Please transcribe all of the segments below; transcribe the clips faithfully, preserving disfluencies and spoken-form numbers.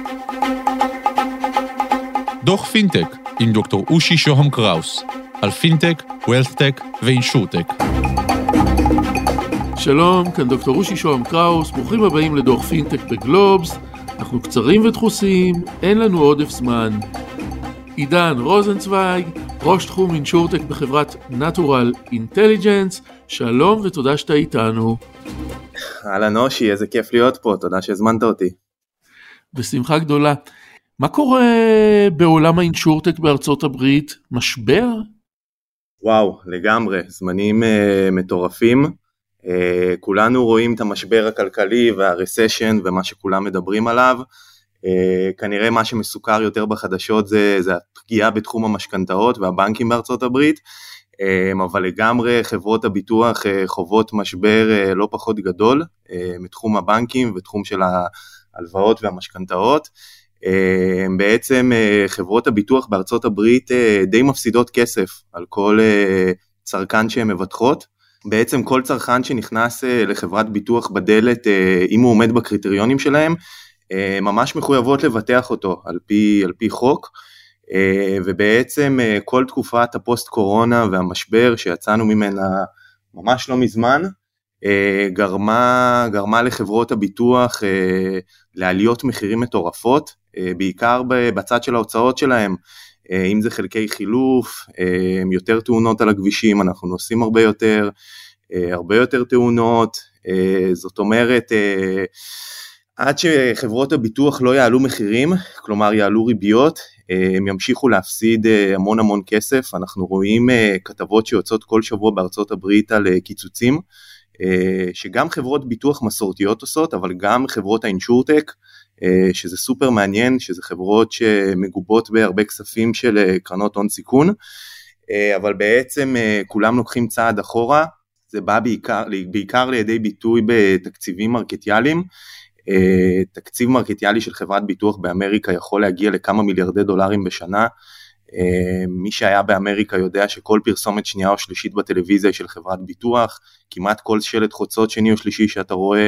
דוח פינטק עם דוקטור אושי שוהם קראוס, על פינטק, ווילת'טק ואינשורטק. שלום, כאן דוקטור אושי שוהם קראוס, ברוכים הבאים לדוח פינטק בגלובס. אנחנו קצרים ודחוסים, אין לנו עודף זמן. עידן רוזנצוויג, ראש תחום אינשורטק בחברת נטורל אינטליג'נס, שלום ותודה שאתה איתנו. אהלן אושי, איזה כיף להיות פה, תודה שהזמנת אותי. בשמחה גדולה. מה קורה בעולם האינשורטק בארצות הברית? משבר? וואו, לגמרי, זמנים uh, מטורפים. Uh, כולנו רואים את המשבר הכלכלי והרסשן ומה שכולם מדברים עליו. Uh, כנראה מה שמסוכר יותר בחדשות זה, זה הפגיעה בתחום המשכנתאות והבנקים בארצות הברית, uh, אבל לגמרי חברות הביטוח uh, חוות משבר uh, לא פחות גדול uh, מתחום הבנקים ותחום של ההלוואות והמשכנתאות. בעצם חברות הביטוח בארצות הברית די מפסידות כסף על כל צרכן שהן מבטחות. בעצם כל צרכן שנכנס לחברת ביטוח בדלת, אם הוא עומד בקריטריונים שלהם, ממש מחויבות לבטח אותו על פי, על פי חוק, ובעצם כל תקופת הפוסט קורונה והמשבר שיצאנו ממנה ממש לא מזמן, גרמה, גרמה לחברות הביטוח לעליות מחירים מטורפות, בעיקר בצד של ההוצאות שלהם, אם זה חלקי חילוף, יותר תאונות על הכבישים, אנחנו נוסעים הרבה יותר, הרבה יותר תאונות, זאת אומרת, עד שחברות הביטוח לא יעלו מחירים, כלומר יעלו ריביות, הם ימשיכו להפסיד המון המון כסף. אנחנו רואים כתבות שיוצאות כל שבוע בארצות הברית על קיצוצים, שגם חברות ביטוח מסורתיות עושות, אבל גם חברות האינשורטק, שזה סופר מעניין, שזה חברות שמגובות בהרבה כספים של קרנות הון סיכון, אבל בעצם כולם לוקחים צעד אחורה. זה בא בעיקר, בעיקר לידי ביטוי בתקציבים מרקטיאליים. תקציב מרקטיאלי של חברת ביטוח באמריקה יכול להגיע לכמה מיליארדי דולרים בשנה. מי שהיה באמריקה יודע שכל פרסומת שנייה או שלישית בטלוויזיה של חברת ביטוח, כמעט כל שלט חוצות שני או שלישי שאתה רואה,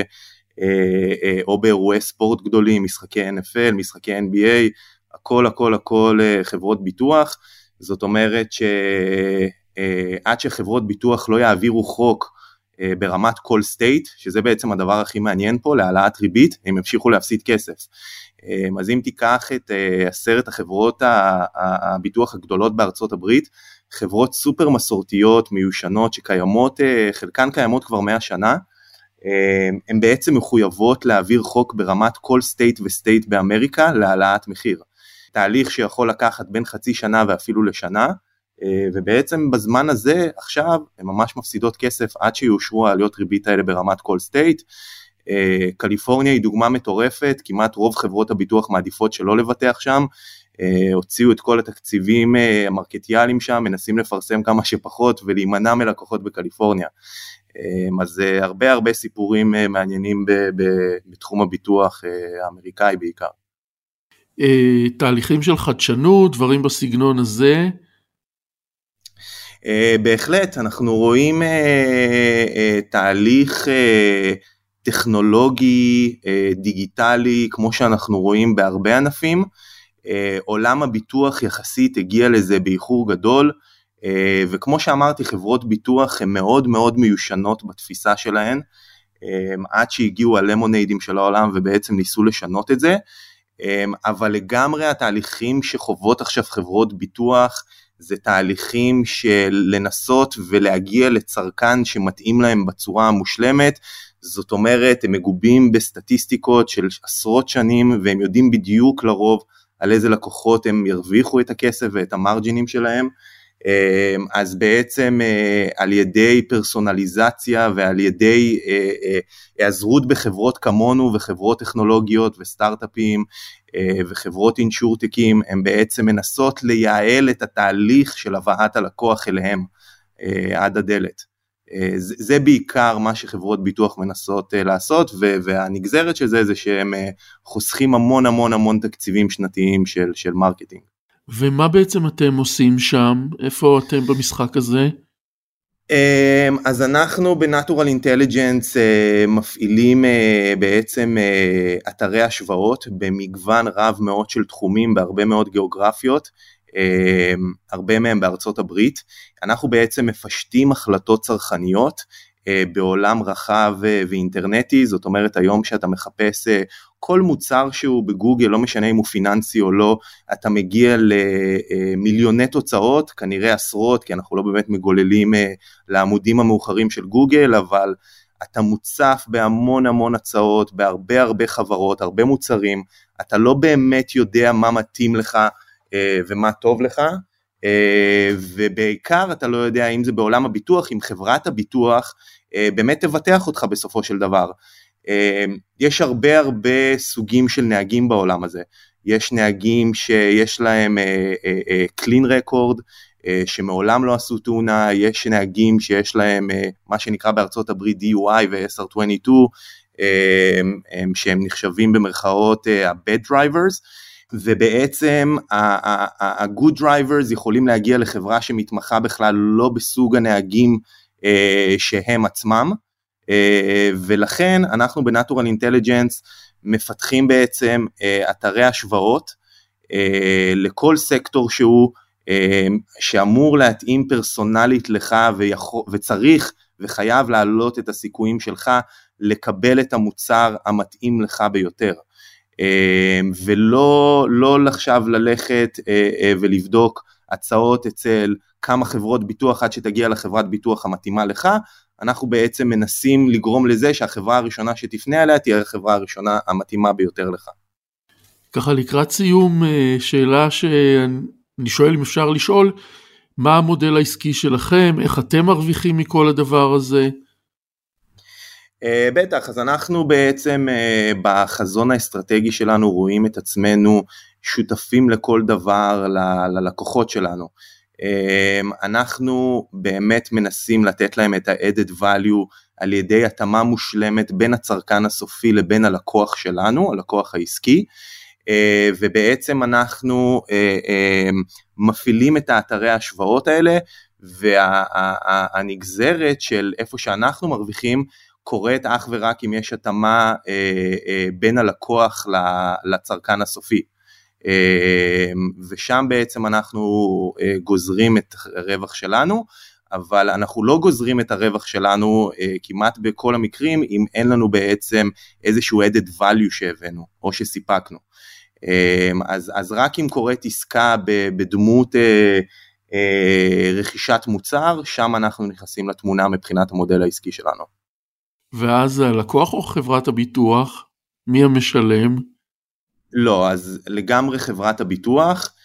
או באירועי ספורט גדולים, משחקי אן אף אל, משחקי אן בי איי, הכל הכל הכל חברות ביטוח. זאת אומרת שעד שחברות ביטוח לא יעבירו חוק ברמת כל סטייט, שזה בעצם הדבר הכי מעניין פה, להעלאת ריבית, הם ימשיכו להפסיד כסף. אז אם תיקח את עשרת החברות הביטוח הגדולות בארצות הברית, חברות סופר מסורתיות, מיושנות, שקיימות, חלקן קיימות כבר מאה שנה, הן בעצם מחויבות להעביר חוק ברמת כל סטייט וסטייט באמריקה להעלאת מחיר. תהליך שיכול לקחת בין חצי שנה ואפילו לשנה, ובעצם בזמן הזה עכשיו הן ממש מפסידות כסף עד שיאושרו העליות ריבית האלה ברמת כל סטייט. קליפורניה היא דוגמה מטורפת, כמעט רוב חברות הביטוח מעדיפות שלא לבטח שם, הוציאו את כל התקציבים המרקטיאליים שם, מנסים לפרסם כמה שפחות ולהימנע מלקוחות בקליפורניה. אז הרבה הרבה סיפורים מעניינים בתחום הביטוח האמריקאי בעיקר. תהליכים של חדשנות, דברים בסגנון הזה? בהחלט, אנחנו רואים תהליך טכנולוגי, דיגיטלי, כמו שאנחנו רואים בהרבה ענפים. עולם הביטוח יחסית הגיע לזה באיחור גדול, וכמו שאמרתי, חברות ביטוח הן מאוד מאוד מיושנות בתפיסה שלהן, עד שהגיעו הלמוניידים של העולם ובעצם ניסו לשנות את זה, אבל לגמרי התהליכים שחוות עכשיו חברות ביטוח, זה תהליכים של לנסות ולהגיע לצרכן שמתאים להם בצורה המושלמת. זאת אומרת, הם מגובים בסטטיסטיקות של עשרות שנים, והם יודעים בדיוק לרוב על איזה לקוחות הם ירוויחו את הכסף ואת המרג'ינים שלהם. אז בעצם על ידי פרסונליזציה ועל ידי העזרות בחברות כמונו וחברות טכנולוגיות וסטארט-אפים וחברות אינשורטקים, הם בעצם מנסות לייעל את התהליך של הבאת הלקוח אליהם עד הדלת. זה בעיקר מה שחברות ביטוח מנסות לעשות, והנגזרת של זה זה שהם חוסכים המון המון המון תקציבים שנתיים של, של מרקטינג. ומה בעצם אתם עושים שם? איפה אתם במשחק הזה? אז אנחנו בנטורל אינטליג'נס מפעילים בעצם אתרי השוואות במגוון רב מאוד של תחומים בהרבה מאוד גיאוגרפיות, הרבה מהם בארצות הברית. אנחנו בעצם מפשטים החלטות צרכניות בעולם רחב ואינטרנטי. זאת אומרת, היום שאתה מחפש כל מוצר שהוא בגוגל, לא משנה אם הוא פיננסי או לא, אתה מגיע למיליוני תוצאות, כנראה עשרות, כי אנחנו לא באמת מגוללים לעמודים המאוחרים של גוגל, אבל אתה מוצף בהמון המון הצעות, בהרבה הרבה חברות, הרבה מוצרים, אתה לא באמת יודע מה מתאים לך ומה טוב לך, ובעיקר אתה לא יודע אם זה בעולם הביטוח, אם חברת הביטוח באמת תבטח אותך בסופו של דבר. יש הרבה הרבה סוגים של נהגים בעולם הזה. יש נהגים שיש להם clean record, שמעולם לא עשו תאונה, יש נהגים שיש להם מה שנקרא בארצות הברית די יו איי ו-אס אר עשרים ושתיים, שהם נחשבים במרכאות ה-bad drivers, ובעצם ה-good drivers יכולים להגיע לחברה שמתמחה בכלל לא בסוג הנהגים שהם עצמם, ולכן אנחנו בנטורל אינטליג'נס מפתחים בעצם אתרי השוואות לכל סקטור שהוא, שאמור להתאים פרסונלית לך וצריך וחייב להעלות את הסיכויים שלך לקבל את המוצר המתאים לך ביותר. ולא לא עכשיו ללכת ולבדוק הצעות אצל כמה חברות ביטוח עד שתגיע לחברת ביטוח המתאימה לך. אנחנו בעצם מנסים לגרום לזה שהחברה הראשונה שתפנה עליה תהיה החברה הראשונה המתאימה ביותר לך. ככה לקראת סיום, שאלה שאני שואל אם אפשר לשאול, מה המודל העסקי שלכם, איך אתם מרוויחים מכל הדבר הזה? בטח, אז אנחנו בעצם בחזון האסטרטגי שלנו רואים את עצמנו שותפים לכל דבר ללקוחות שלנו. אנחנו באמת מנסים לתת להם את ה-added value על ידי התאמה מושלמת בין הצרכן הסופי לבין הלקוח שלנו, הלקוח העסקי, ובעצם אנחנו מפעילים את האתרי ההשוואות האלה, והנגזרת של איפה שאנחנו מרוויחים קורית אך ורק אם יש התאמה בין הלקוח לצרכן הסופי. ושם בעצם אנחנו גוזרים את הרווח שלנו, אבל אנחנו לא גוזרים את הרווח שלנו כמעט בכל המקרים אם אין לנו בעצם איזשהו added value שהבאנו או שסיפקנו. אז, אז רק אם קורית עסקה בדמות רכישת מוצר, שם אנחנו נכנסים לתמונה מבחינת המודל העסקי שלנו. ואז הלקוח או חברת הביטוח, מי המשלם? לא, אז לגמרי חברת הביטוח,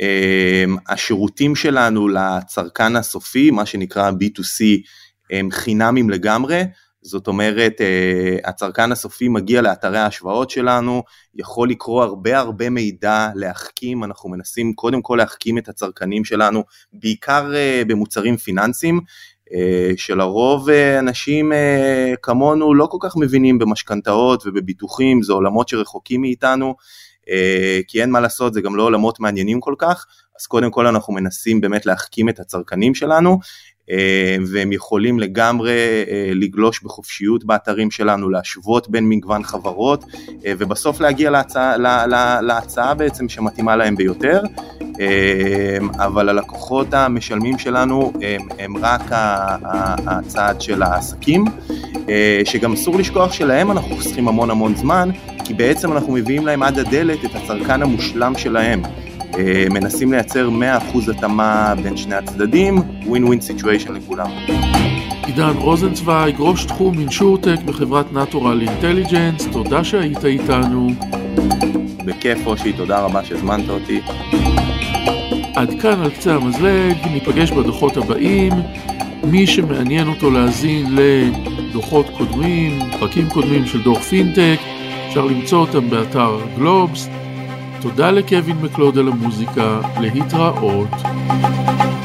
השירותים שלנו לצרכן הסופי, מה שנקרא בי טו סי, הם חינמים לגמרי, זאת אומרת, הצרכן הסופי מגיע לאתרי ההשוואות שלנו, יכול לקרוא הרבה הרבה מידע להחכים, אנחנו מנסים קודם כל להחכים את הצרכנים שלנו, בעיקר במוצרים פיננסיים, שלרוב אנשים כמונו לא כל כך מבינים במשכנתאות ובביטוחים, זה עולמות שרחוקים מאיתנו, כי אין מה לעשות, זה גם לא עולמות מעניינים כל כך, אז קודם כל אנחנו מנסים באמת להחכים את הצרכנים שלנו, והם יכולים לגמרי לגלוש בחופשיות באתרים שלנו, להשוות בין מגוון חברות, ובסוף להגיע להצעה, לה, לה, להצעה בעצם שמתאימה להם ביותר, אבל הלקוחות המשלמים שלנו הם, הם רק הצעד של העסקים, שגם אסור לשכוח שלהם אנחנו חוסכים המון המון זמן, כי בעצם אנחנו מביאים להם עד הדלת את הצרכן המושלם שלהם, מנסים לייצר מאה אחוז התאמה בין שני הצדדים, ווין ווין סיטואשן לכולם. עידן רוזנצוויג, ראש תחום אינשורטק בחברת נטורל אינטליג'נס, תודה שהיית איתנו. בכיף אושי, תודה רבה שהזמנת אותי. עד כאן על קצה המזלג, ניפגש בדוחות הבאים. מי שמעניין אותו להזין לדוחות קודמים, פרקים קודמים של דוח פינטק, אפשר למצוא אותם באתר גלובס. תודה לקווין מקלוד על המוזיקה, להתראות.